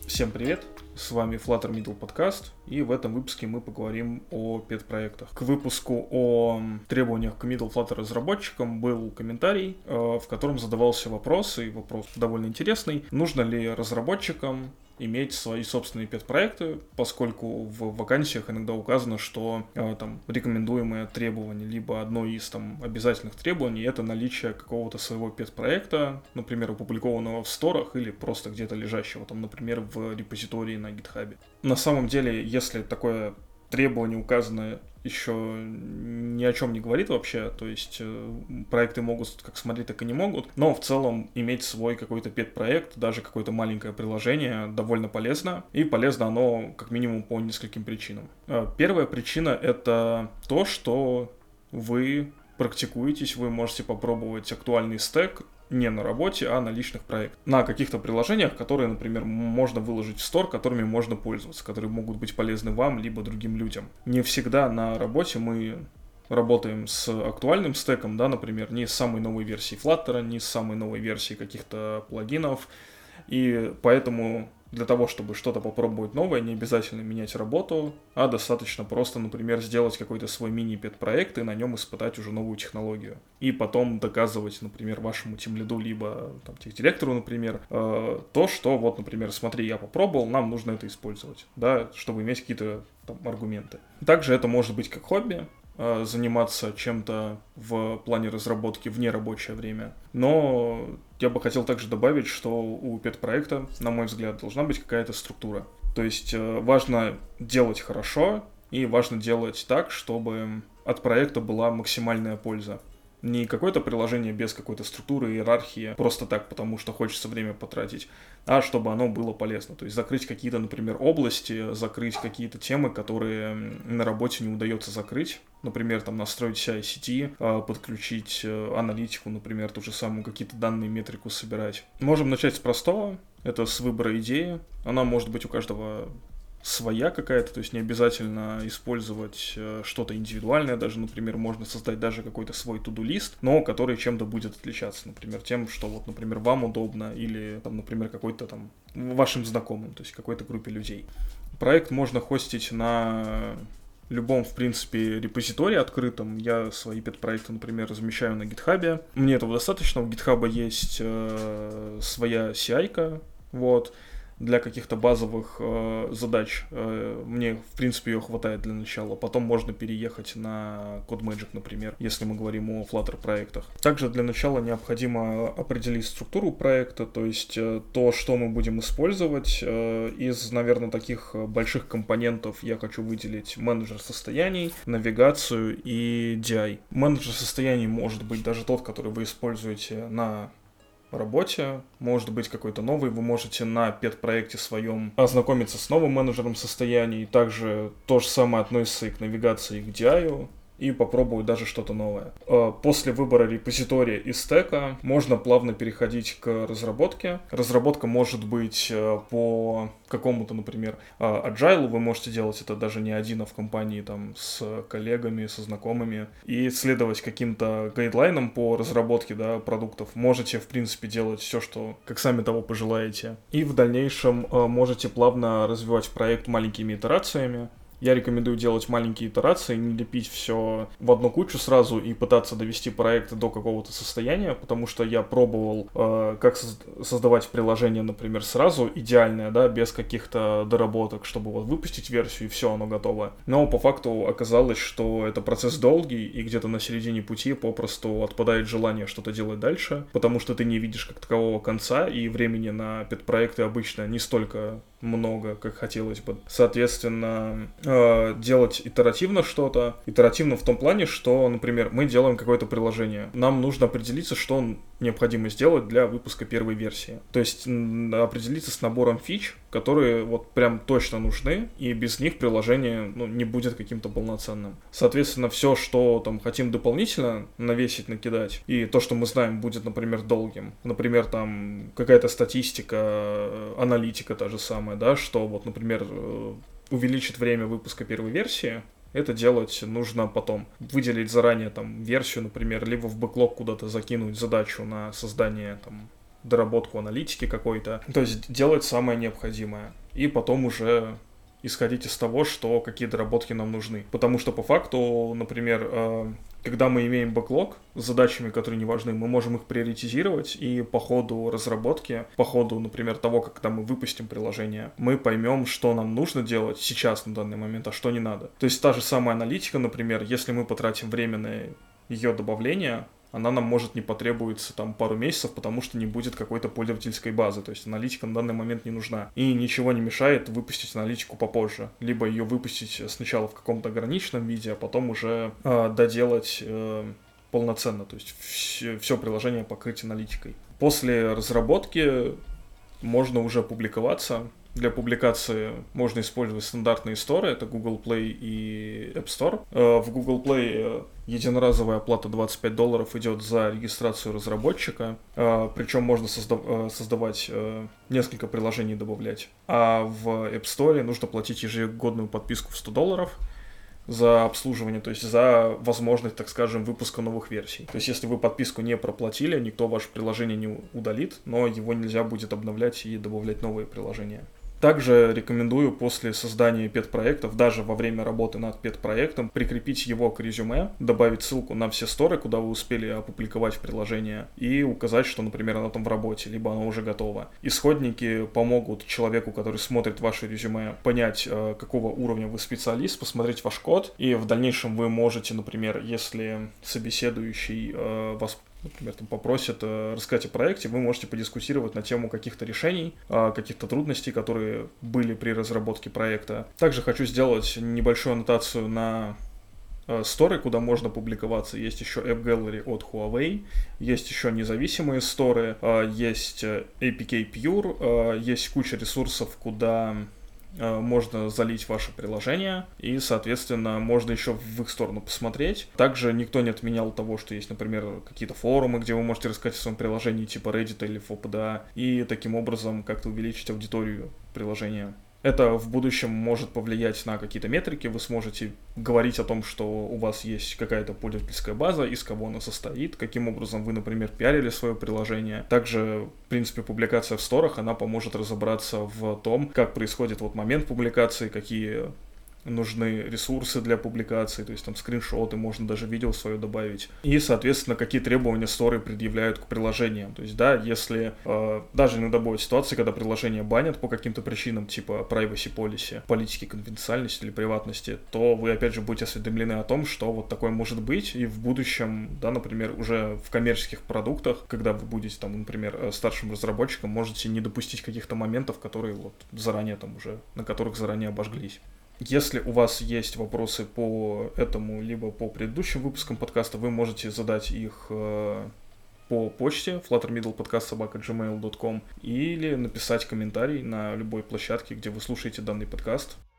Всем привет, с вами Flutter Middle Podcast, и в этом выпуске мы поговорим о пет-проектах. К выпуску о требованиях к Middle Flutter разработчикам был комментарий, в котором задавался вопрос, и вопрос довольно интересный: нужно ли разработчикам иметь свои собственные пет-проекты, поскольку в вакансиях иногда указано, что там рекомендуемое требование, либо одно из там обязательных требований — это наличие какого-то своего пет-проекта, например, опубликованного в сторах или просто где-то лежащего там, например, в репозитории на GitHub. На самом деле, если такое требование указано, еще ни о чем не говорит вообще, то есть проекты могут как смотреть, так и не могут, но в целом иметь свой какой-то пет-проект, даже какое-то маленькое приложение, довольно полезно, и полезно оно как минимум по нескольким причинам. Первая причина — это то, что вы практикуетесь, вы можете попробовать актуальный стэк не на работе, а на личных проектах. На каких-то приложениях, которые, например, можно выложить в стор, которыми можно пользоваться, которые могут быть полезны вам, либо другим людям. Не всегда на работе мы работаем с актуальным стэком, да, например, не с самой новой версией Flutter, не с самой новой версией каких-то плагинов, и поэтому для того, чтобы что-то попробовать новое, не обязательно менять работу, а достаточно просто, например, сделать какой-то свой мини-пет-проект и на нем испытать уже новую технологию. И потом доказывать, например, вашему тимлиду, либо там, техдиректору, например, то, что вот, например, смотри, я попробовал, нам нужно это использовать, да, чтобы иметь какие-то там аргументы. Также это может быть как хобби, заниматься чем-то в плане разработки в нерабочее время. Но я бы хотел также добавить, что у пет-проекта, на мой взгляд, должна быть какая-то структура. То есть важно делать хорошо и важно делать так, чтобы от проекта была максимальная польза. Не какое-то приложение без какой-то структуры, иерархии, просто так, потому что хочется время потратить, а чтобы оно было полезно. То есть закрыть какие-то, например, области, закрыть какие-то темы, которые на работе не удается закрыть. Например, там настроить CI/CD, подключить аналитику, например, ту же самую, какие-то данные, метрику собирать. Можем начать с простого, это с выбора идеи. Она может быть у каждого своя какая-то, то есть не обязательно использовать что-то индивидуальное, даже, например, можно создать даже какой-то свой to-do-лист, но который чем-то будет отличаться, например, тем, что вот, например, вам удобно или, там, например, какой-то там вашим знакомым, то есть какой-то группе людей. Проект можно хостить на любом, в принципе, репозитории открытом. Я свои пет-проекты, например, размещаю на GitHub. Мне этого достаточно. У GitHub есть своя CI-ка, вот. Для каких-то базовых задач мне, в принципе, ее хватает для начала. Потом можно переехать на CodeMagic, например, если мы говорим о Flutter проектах. Также для начала необходимо определить структуру проекта, то есть то, что мы будем использовать. Из, наверное, таких больших компонентов я хочу выделить менеджер состояний, навигацию и DI. Менеджер состояний может быть даже тот, который вы используете на работе, может быть какой-то новый, вы можете на пет-проекте своем ознакомиться с новым менеджером состояний, также то же самое относится и к навигации, и к DI, и попробовать даже что-то новое. После выбора репозитория и стека можно плавно переходить к разработке. Разработка может быть по какому-то, например, agile, вы можете делать это даже не один, а в компании там с коллегами, со знакомыми, и следовать каким-то гайдлайнам по разработке, да, продуктов. Можете, в принципе, делать все, что как сами того пожелаете. И в дальнейшем можете плавно развивать проект маленькими итерациями. Я рекомендую делать маленькие итерации, не лепить все в одну кучу сразу и пытаться довести проект до какого-то состояния, потому что я пробовал, как создавать приложение, например, сразу идеальное, да, без каких-то доработок, чтобы вот выпустить версию и все, оно готово. Но по факту оказалось, что это процесс долгий, и где-то на середине пути попросту отпадает желание что-то делать дальше, потому что ты не видишь как такового конца, и времени на пет-проекты обычно не столько много, как хотелось бы. Соответственно, делать итеративно что-то. Итеративно в том плане, что, например, мы делаем какое-то приложение. Нам нужно определиться, что необходимо сделать для выпуска первой версии. То есть определиться с набором фич, которые вот прям точно нужны, и без них приложение не будет каким-то полноценным. Соответственно, все, что там хотим дополнительно навесить, накидать, и то, что мы знаем, будет, например, долгим. Например, там какая-то статистика, аналитика та же самая, да, что вот, например, увеличит время выпуска первой версии. Это делать нужно потом. Выделить заранее там версию, например, либо в бэклог куда-то закинуть задачу на создание там доработку аналитики какой-то. То есть делать самое необходимое. И потом уже исходить из того, что какие доработки нам нужны. Потому что по факту, например, когда мы имеем бэклог с задачами, которые не важны, мы можем их приоритизировать, и по ходу разработки, по ходу, например, того, когда мы выпустим приложение, мы поймем, что нам нужно делать сейчас на данный момент, а что не надо. То есть та же самая аналитика, например, если мы потратим время на ее добавление, она нам может не потребуется там пару месяцев, потому что не будет какой-то пользовательской базы. То есть аналитика на данный момент не нужна. И ничего не мешает выпустить аналитику попозже. Либо ее выпустить сначала в каком-то ограниченном виде, а потом уже доделать полноценно. То есть все приложение покрыть аналитикой. После разработки можно уже публиковаться. Для публикации можно использовать стандартные сторы, это Google Play и App Store. В Google Play единоразовая оплата $25 идет за регистрацию разработчика, причем можно создавать несколько приложений и добавлять. А в App Store нужно платить ежегодную подписку в $100 за обслуживание, то есть за возможность, так скажем, выпуска новых версий. То есть если вы подписку не проплатили, никто ваше приложение не удалит, но его нельзя будет обновлять и добавлять новые приложения. Также рекомендую после создания пет-проектов, даже во время работы над пет-проектом, прикрепить его к резюме, добавить ссылку на все сторы, куда вы успели опубликовать приложение, и указать, что, например, оно там в работе, либо оно уже готово. Исходники помогут человеку, который смотрит ваше резюме, понять, какого уровня вы специалист, посмотреть ваш код, и в дальнейшем вы можете, например, если собеседующий вас например, там попросят рассказать о проекте, вы можете подискутировать на тему каких-то решений, каких-то трудностей, которые были при разработке проекта. Также хочу сделать небольшую аннотацию на сторы, куда можно публиковаться. Есть еще App Gallery от Huawei, есть еще независимые сторы, есть APK Pure, есть куча ресурсов, куда можно залить ваше приложение, и, соответственно, можно еще в их сторону посмотреть. Также никто не отменял того, что есть, например, какие-то форумы, где вы можете рассказать о своем приложении, типа Reddit или FOPDA, и таким образом как-то увеличить аудиторию приложения. Это в будущем может повлиять на какие-то метрики, вы сможете говорить о том, что у вас есть какая-то пользовательская база, из кого она состоит, каким образом вы, например, пиарили свое приложение. Также, в принципе, публикация в сторах, она поможет разобраться в том, как происходит вот момент публикации, какие нужны ресурсы для публикации, то есть там скриншоты, можно даже видео свое добавить. И, соответственно, какие требования сторы предъявляют к приложениям. То есть, да, если даже иногда бывают ситуации, когда приложение банят по каким-то причинам, типа privacy policy, политики конфиденциальности или приватности, то вы, опять же, будете осведомлены о том, что вот такое может быть, и в будущем, да, например, уже в коммерческих продуктах, когда вы будете там, например, старшим разработчиком, можете не допустить каких-то моментов, которые вот заранее там уже, на которых заранее обожглись. Если у вас есть вопросы по этому, либо по предыдущим выпускам подкаста, вы можете задать их по почте fluttermiddlepodcast@gmail.com или написать комментарий на любой площадке, где вы слушаете данный подкаст.